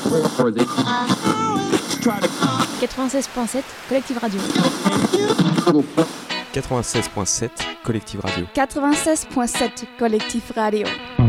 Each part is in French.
96.7 Collective Radio. 96.7 Collective Radio. 96.7 Collective Radio.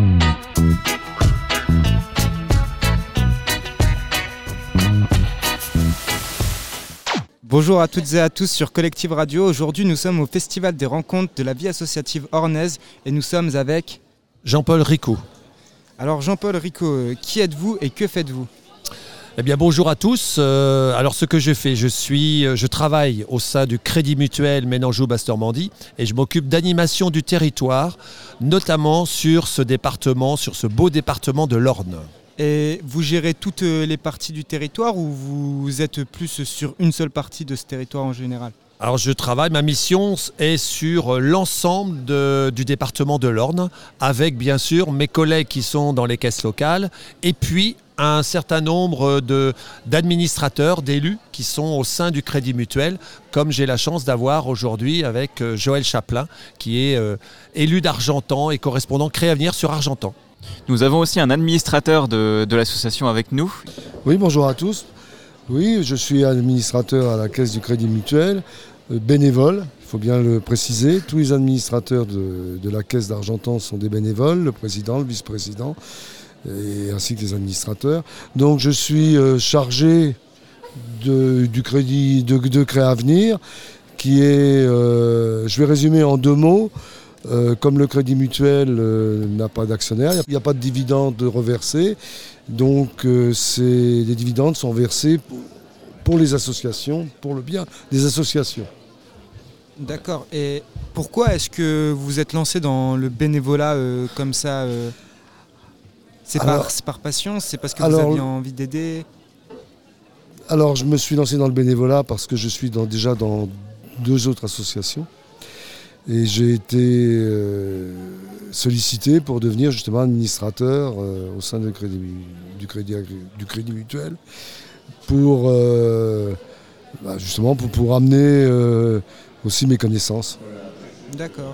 Bonjour à toutes et à tous sur Collective Radio. Aujourd'hui, nous sommes au Festival des rencontres de la vie associative ornaise et nous sommes avec Jean-Paul Ricot. Alors Jean-Paul Ricot, qui êtes-vous et que faites-vous ? Eh bien bonjour à tous. Alors ce que je fais, je travaille au sein du Crédit Mutuel Ménanjou-Basse-Normandie et je m'occupe d'animation du territoire, notamment sur ce beau département de l'Orne. Et vous gérez toutes les parties du territoire ou vous êtes plus sur une seule partie de ce territoire en général ? Alors ma mission est sur l'ensemble du département de l'Orne, avec bien sûr mes collègues qui sont dans les caisses locales, et puis un certain nombre d'administrateurs, d'élus qui sont au sein du Crédit Mutuel, comme j'ai la chance d'avoir aujourd'hui avec Joël Chaplin, qui est élu d'Argentan et correspondant Créavenir sur Argentan. Nous avons aussi un administrateur de l'association avec nous. Oui, bonjour à tous. Oui, je suis administrateur à la Caisse du Crédit Mutuel, bénévole, il faut bien le préciser. Tous les administrateurs de la Caisse d'Argentan sont des bénévoles, le président, le vice-président, ainsi que les administrateurs. Donc je suis chargé du crédit de Créavenir, qui est, je vais résumer en 2 mots, comme le Crédit Mutuel n'a pas d'actionnaire, il n'y a pas de dividendes reversés, donc les dividendes sont versés pour les associations, pour le bien des associations. D'accord. Et pourquoi est-ce que vous êtes lancé dans le bénévolat comme ça c'est par passion, c'est parce que vous aviez envie d'aider ? Alors je me suis lancé dans le bénévolat parce que je suis déjà dans 2 autres associations. Et j'ai été sollicité pour devenir justement administrateur au sein du Crédit Mutuel pour amener aussi mes connaissances. D'accord.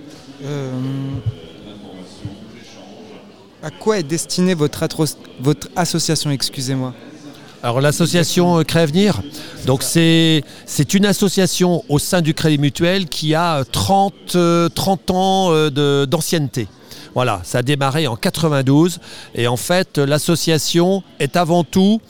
À quoi est destinée votre association, excusez-moi ? Alors l'association Créavenir, donc c'est une association au sein du Crédit Mutuel qui a 30 ans d'ancienneté. Voilà, ça a démarré en 92 et en fait l'association est avant tout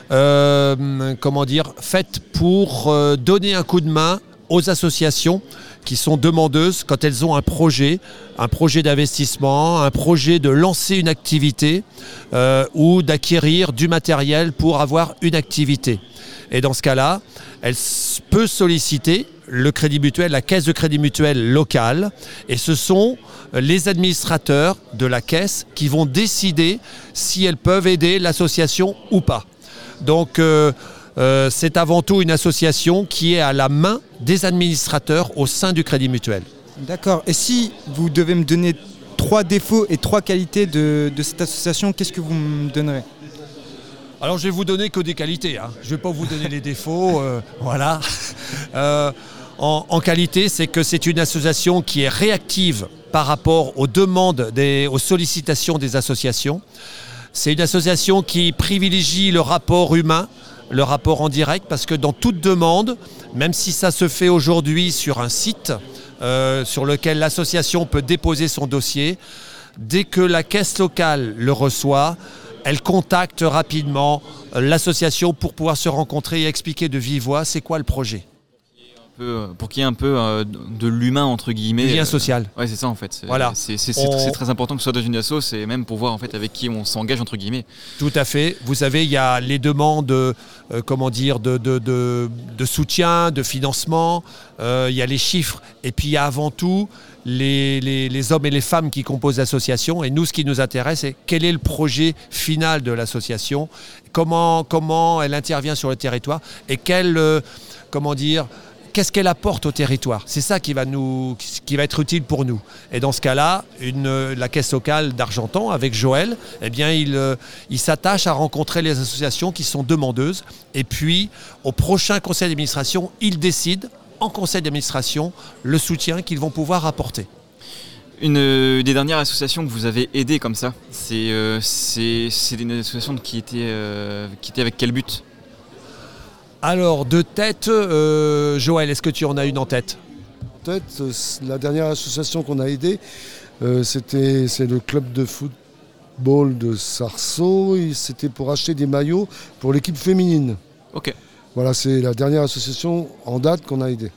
faite pour donner un coup de main aux associations qui sont demandeuses quand elles ont un projet d'investissement, un projet de lancer une activité ou d'acquérir du matériel pour avoir une activité. Et dans ce cas-là, elle peut solliciter le Crédit Mutuel, la caisse de Crédit Mutuel locale, et ce sont les administrateurs de la caisse qui vont décider si elles peuvent aider l'association ou pas. Donc c'est avant tout une association qui est à la main des administrateurs au sein du Crédit Mutuel. D'accord. Et si vous devez me donner 3 défauts et 3 qualités de cette association, qu'est-ce que vous me donnerez ? Alors je vais vous donner que des qualités, hein. Je ne vais pas vous donner les défauts, voilà. En qualité, c'est que c'est une association qui est réactive par rapport aux demandes, aux sollicitations des associations. C'est une association qui privilégie le rapport humain, le rapport en direct, parce que dans toute demande, même si ça se fait aujourd'hui sur un site sur lequel l'association peut déposer son dossier, dès que la caisse locale le reçoit, elle contacte rapidement l'association pour pouvoir se rencontrer et expliquer de vive voix c'est quoi le projet. Pour qu'il y ait un peu de l'humain entre guillemets. Du lien social. Ouais, c'est ça en fait. Voilà. C'est très important que ce soit dans une asso, c'est même pour voir en fait avec qui on s'engage entre guillemets. Tout à fait. Vous savez, il y a les demandes de soutien, de financement, il y a les chiffres, et puis il y a avant tout les hommes et les femmes qui composent l'association. Et nous, ce qui nous intéresse, c'est quel est le projet final de l'association, comment elle intervient sur le territoire et qu'est-ce qu'elle apporte au territoire. C'est ça qui va être utile pour nous. Et dans ce cas-là, la caisse locale d'Argentan, avec Joël, eh bien, il s'attache à rencontrer les associations qui sont demandeuses. Et puis, au prochain conseil d'administration, il décide, en conseil d'administration, le soutien qu'ils vont pouvoir apporter. Une des dernières associations que vous avez aidées comme ça, c'est une association qui était avec quel but ? Alors, de tête, Joël, est-ce que tu en as une en tête ? En tête, la dernière association qu'on a aidée, c'est le club de football de Sarceaux. C'était pour acheter des maillots pour l'équipe féminine. Ok. Voilà, c'est la dernière association en date qu'on a aidée.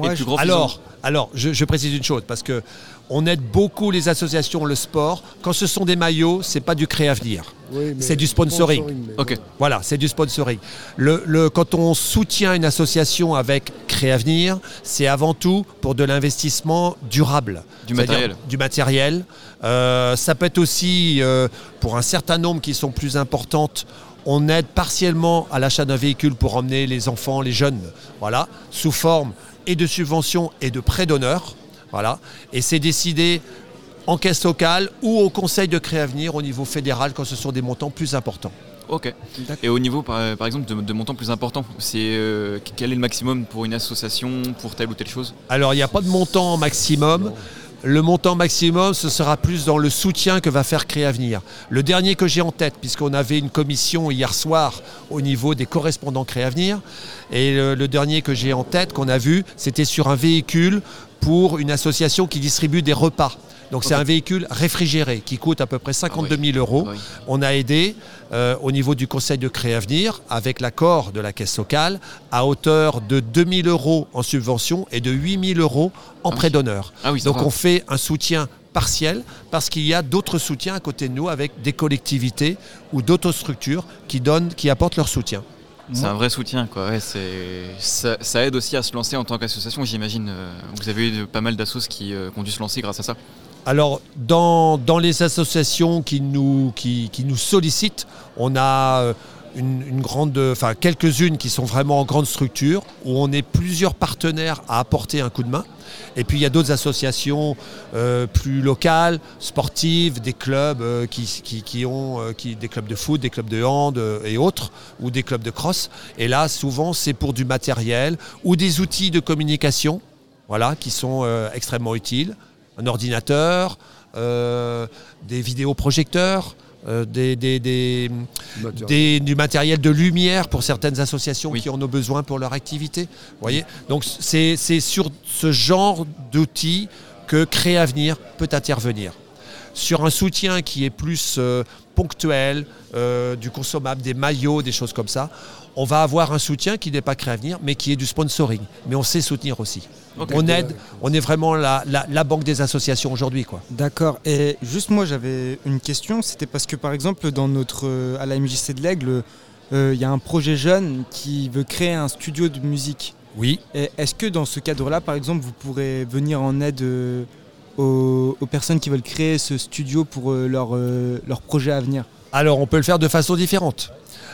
Alors, je précise une chose, parce que on aide beaucoup les associations, le sport. Quand ce sont des maillots, c'est pas du Créavenir. Oui, c'est du sponsoring. Ok. Voilà, c'est du sponsoring. Quand on soutient une association avec Créavenir, c'est avant tout pour de l'investissement durable. Du matériel. Du matériel. Ça peut être aussi, pour un certain nombre qui sont plus importantes, on aide partiellement à l'achat d'un véhicule pour emmener les enfants, les jeunes, voilà, sous forme et de subventions et de prêts d'honneur. Voilà. Et c'est décidé en caisse locale ou au conseil de Créavenir au niveau fédéral quand ce sont des montants plus importants. Ok. Et au niveau, par exemple, de montants plus importants, quel est le maximum pour une association, pour telle ou telle chose ? Alors, il n'y a pas de montant maximum. Non. Le montant maximum, ce sera plus dans le soutien que va faire Créavenir. Le dernier que j'ai en tête, puisqu'on avait une commission hier soir au niveau des correspondants Créavenir, et le dernier que j'ai en tête, qu'on a vu, c'était sur un véhicule pour une association qui distribue des repas. Donc c'est un véhicule réfrigéré qui coûte à peu près 52 000 euros. Ah oui. On a aidé au niveau du conseil de Créavenir, avec l'accord de la caisse locale, à hauteur de 2 000 euros en subvention et de 8 000 euros en prêt d'honneur. Ah oui, donc on fait un soutien partiel parce qu'il y a d'autres soutiens à côté de nous avec des collectivités ou d'autres structures qui apportent leur soutien. C'est un vrai soutien, quoi. Ouais, ça aide aussi à se lancer en tant qu'association, j'imagine. Vous avez eu pas mal d'assos qui ont dû se lancer grâce à ça. Alors, dans les associations qui nous sollicitent, on a quelques-unes qui sont vraiment en grande structure, où on est plusieurs partenaires à apporter un coup de main. Et puis il y a d'autres associations plus locales, sportives, des clubs des clubs de foot, des clubs de hand et autres, ou des clubs de cross. Et là, souvent, c'est pour du matériel ou des outils de communication, voilà, qui sont extrêmement utiles. Un ordinateur, des vidéoprojecteurs, du matériel de lumière pour certaines associations qui en ont besoin pour leur activité. Voyez, donc c'est sur ce genre d'outils que Créavenir peut intervenir. Sur un soutien qui est plus ponctuel, du consommable, des maillots, des choses comme ça, on va avoir un soutien qui n'est pas Créavenir, mais qui est du sponsoring. Mais on sait soutenir aussi. Okay. On aide, on est vraiment la banque des associations aujourd'hui, quoi. D'accord. Et juste moi, j'avais une question. C'était parce que, par exemple, à la MJC de l'Aigle, il y a un projet jeune qui veut créer un studio de musique. Oui. Et est-ce que dans ce cadre-là, par exemple, vous pourrez venir en aide aux personnes qui veulent créer ce studio pour leur projet à venir ? Alors, on peut le faire de façon différente.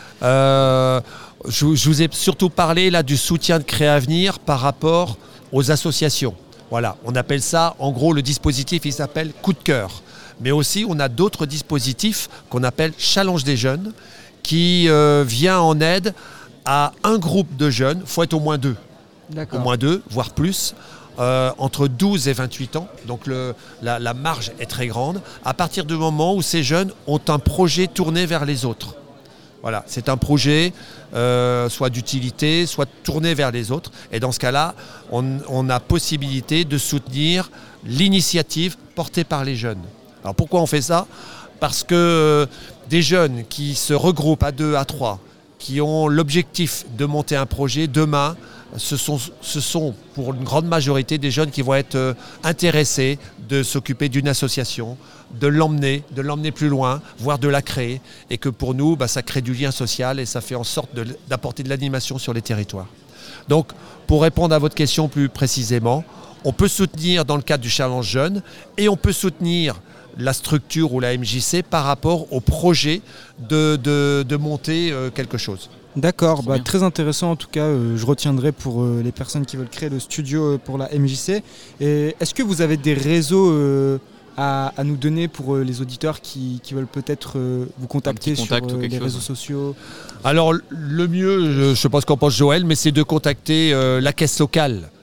Je vous ai surtout parlé là du soutien de Créavenir par rapport aux associations. Voilà, on appelle ça, en gros, le dispositif, il s'appelle Coup de cœur. Mais aussi, on a d'autres dispositifs qu'on appelle Challenge des jeunes, qui vient en aide à un groupe de jeunes, il faut être au moins 2. D'accord. Au moins 2, voire plus, entre 12 et 28 ans. Donc la marge est très grande, à partir du moment où ces jeunes ont un projet tourné vers les autres. Voilà, c'est un projet soit d'utilité, soit tourné vers les autres. Et dans ce cas-là, on a possibilité de soutenir l'initiative portée par les jeunes. Alors pourquoi on fait ça ? Parce que des jeunes qui se regroupent à 2, à 3, qui ont l'objectif de monter un projet, demain, ce sont pour une grande majorité des jeunes qui vont être intéressés de s'occuper d'une association, de l'emmener plus loin, voire de la créer. Et que pour nous, ça crée du lien social et ça fait en sorte d'apporter de l'animation sur les territoires. Donc, pour répondre à votre question plus précisément, on peut soutenir dans le cadre du Challenge Jeune et on peut soutenir la structure ou la MJC par rapport au projet de monter quelque chose. D'accord, très intéressant en tout cas, je retiendrai pour les personnes qui veulent créer le studio pour la MJC. Et est-ce que vous avez des réseaux à nous donner pour les auditeurs qui veulent peut-être vous contacter sur les réseaux sociaux ? Alors le mieux, je ne sais pas ce qu'en pense Joël, mais c'est de contacter la caisse locale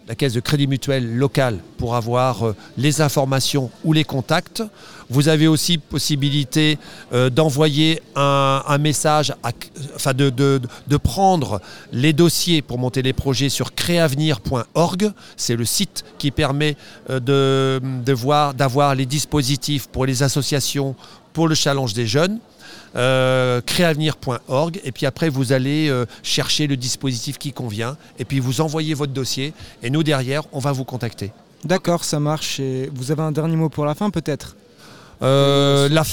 la caisse de crédit mutuel locale pour avoir les informations ou les contacts. Vous avez aussi possibilité d'envoyer un message, de prendre les dossiers pour monter les projets sur créavenir.org. C'est le site qui permet d'avoir les dispositifs pour les associations, pour le challenge des jeunes. Créavenir.org, et puis après vous allez chercher le dispositif qui convient et puis vous envoyez votre dossier et nous derrière on va vous contacter. D'accord, ça marche. Et vous avez un dernier mot pour la fin peut-être? La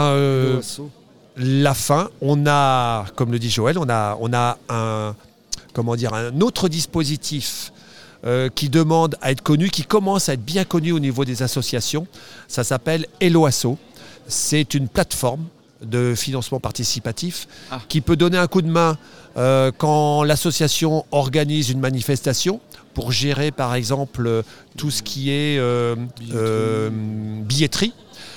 fin, on a, comme le dit Joël, on a un autre dispositif qui demande à être connu, qui commence à être bien connu au niveau des associations. Ça s'appelle Hello Asso. C'est une plateforme de financement participatif qui peut donner un coup de main quand l'association organise une manifestation pour gérer par exemple tout ce qui est billetterie.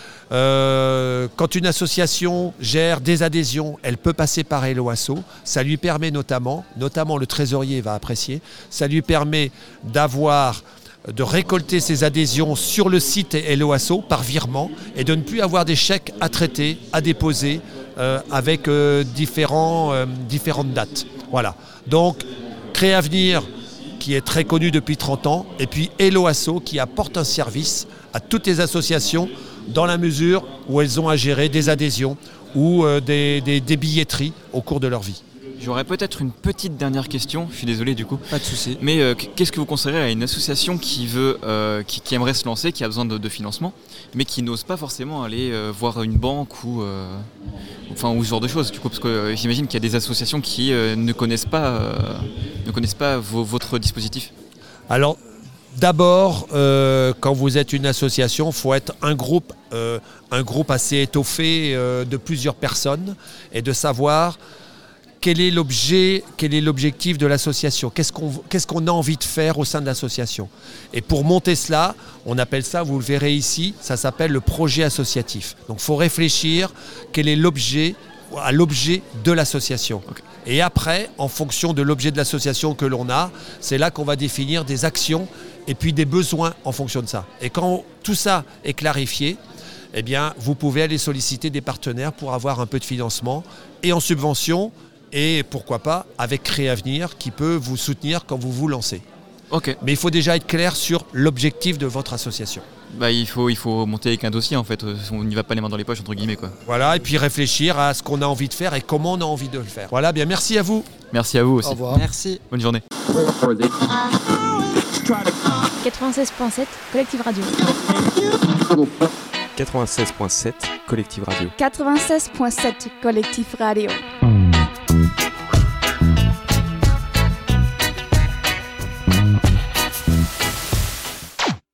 Quand une association gère des adhésions, elle peut passer par Hello Asso. Ça lui permet notamment le trésorier va apprécier, ça lui permet de récolter ses adhésions sur le site Hello Asso par virement et de ne plus avoir des chèques à traiter, à déposer avec différentes dates. Voilà. Donc, Créavenir qui est très connu depuis 30 ans et puis Hello Asso qui apporte un service à toutes les associations dans la mesure où elles ont à gérer des adhésions ou des billetteries au cours de leur vie. J'aurais peut-être une petite dernière question, je suis désolé du coup. Pas de souci. Mais qu'est-ce que vous conseillerez à une association qui aimerait se lancer, qui a besoin de financement, mais qui n'ose pas forcément aller voir une banque ou ce genre de choses du coup, parce que j'imagine qu'il y a des associations qui ne connaissent pas votre dispositif. Alors d'abord, quand vous êtes une association, il faut être un groupe assez étoffé de plusieurs personnes et de savoir quel est l'objectif de l'association, qu'est-ce qu'on a envie de faire au sein de l'association. Et pour monter cela, on appelle ça, vous le verrez ici, ça s'appelle le projet associatif. Donc il faut réfléchir quel est l'objet de l'association. Okay. Et après, en fonction de l'objet de l'association que l'on a, c'est là qu'on va définir des actions et puis des besoins en fonction de ça. Et quand tout ça est clarifié, eh bien, vous pouvez aller solliciter des partenaires pour avoir un peu de financement et en subvention, et pourquoi pas avec Créavenir qui peut vous soutenir quand vous vous lancez. Okay. Mais il faut déjà être clair sur l'objectif de votre association. Il faut monter avec un dossier en fait, on n'y va pas les mains dans les poches entre guillemets quoi. Voilà, et puis réfléchir à ce qu'on a envie de faire et comment on a envie de le faire. Voilà, bien merci à vous. Merci à vous aussi. Au revoir. Merci. Bonne journée. 96.7 Collectif Radio. 96.7 Collectif Radio. 96.7 Collectif Radio.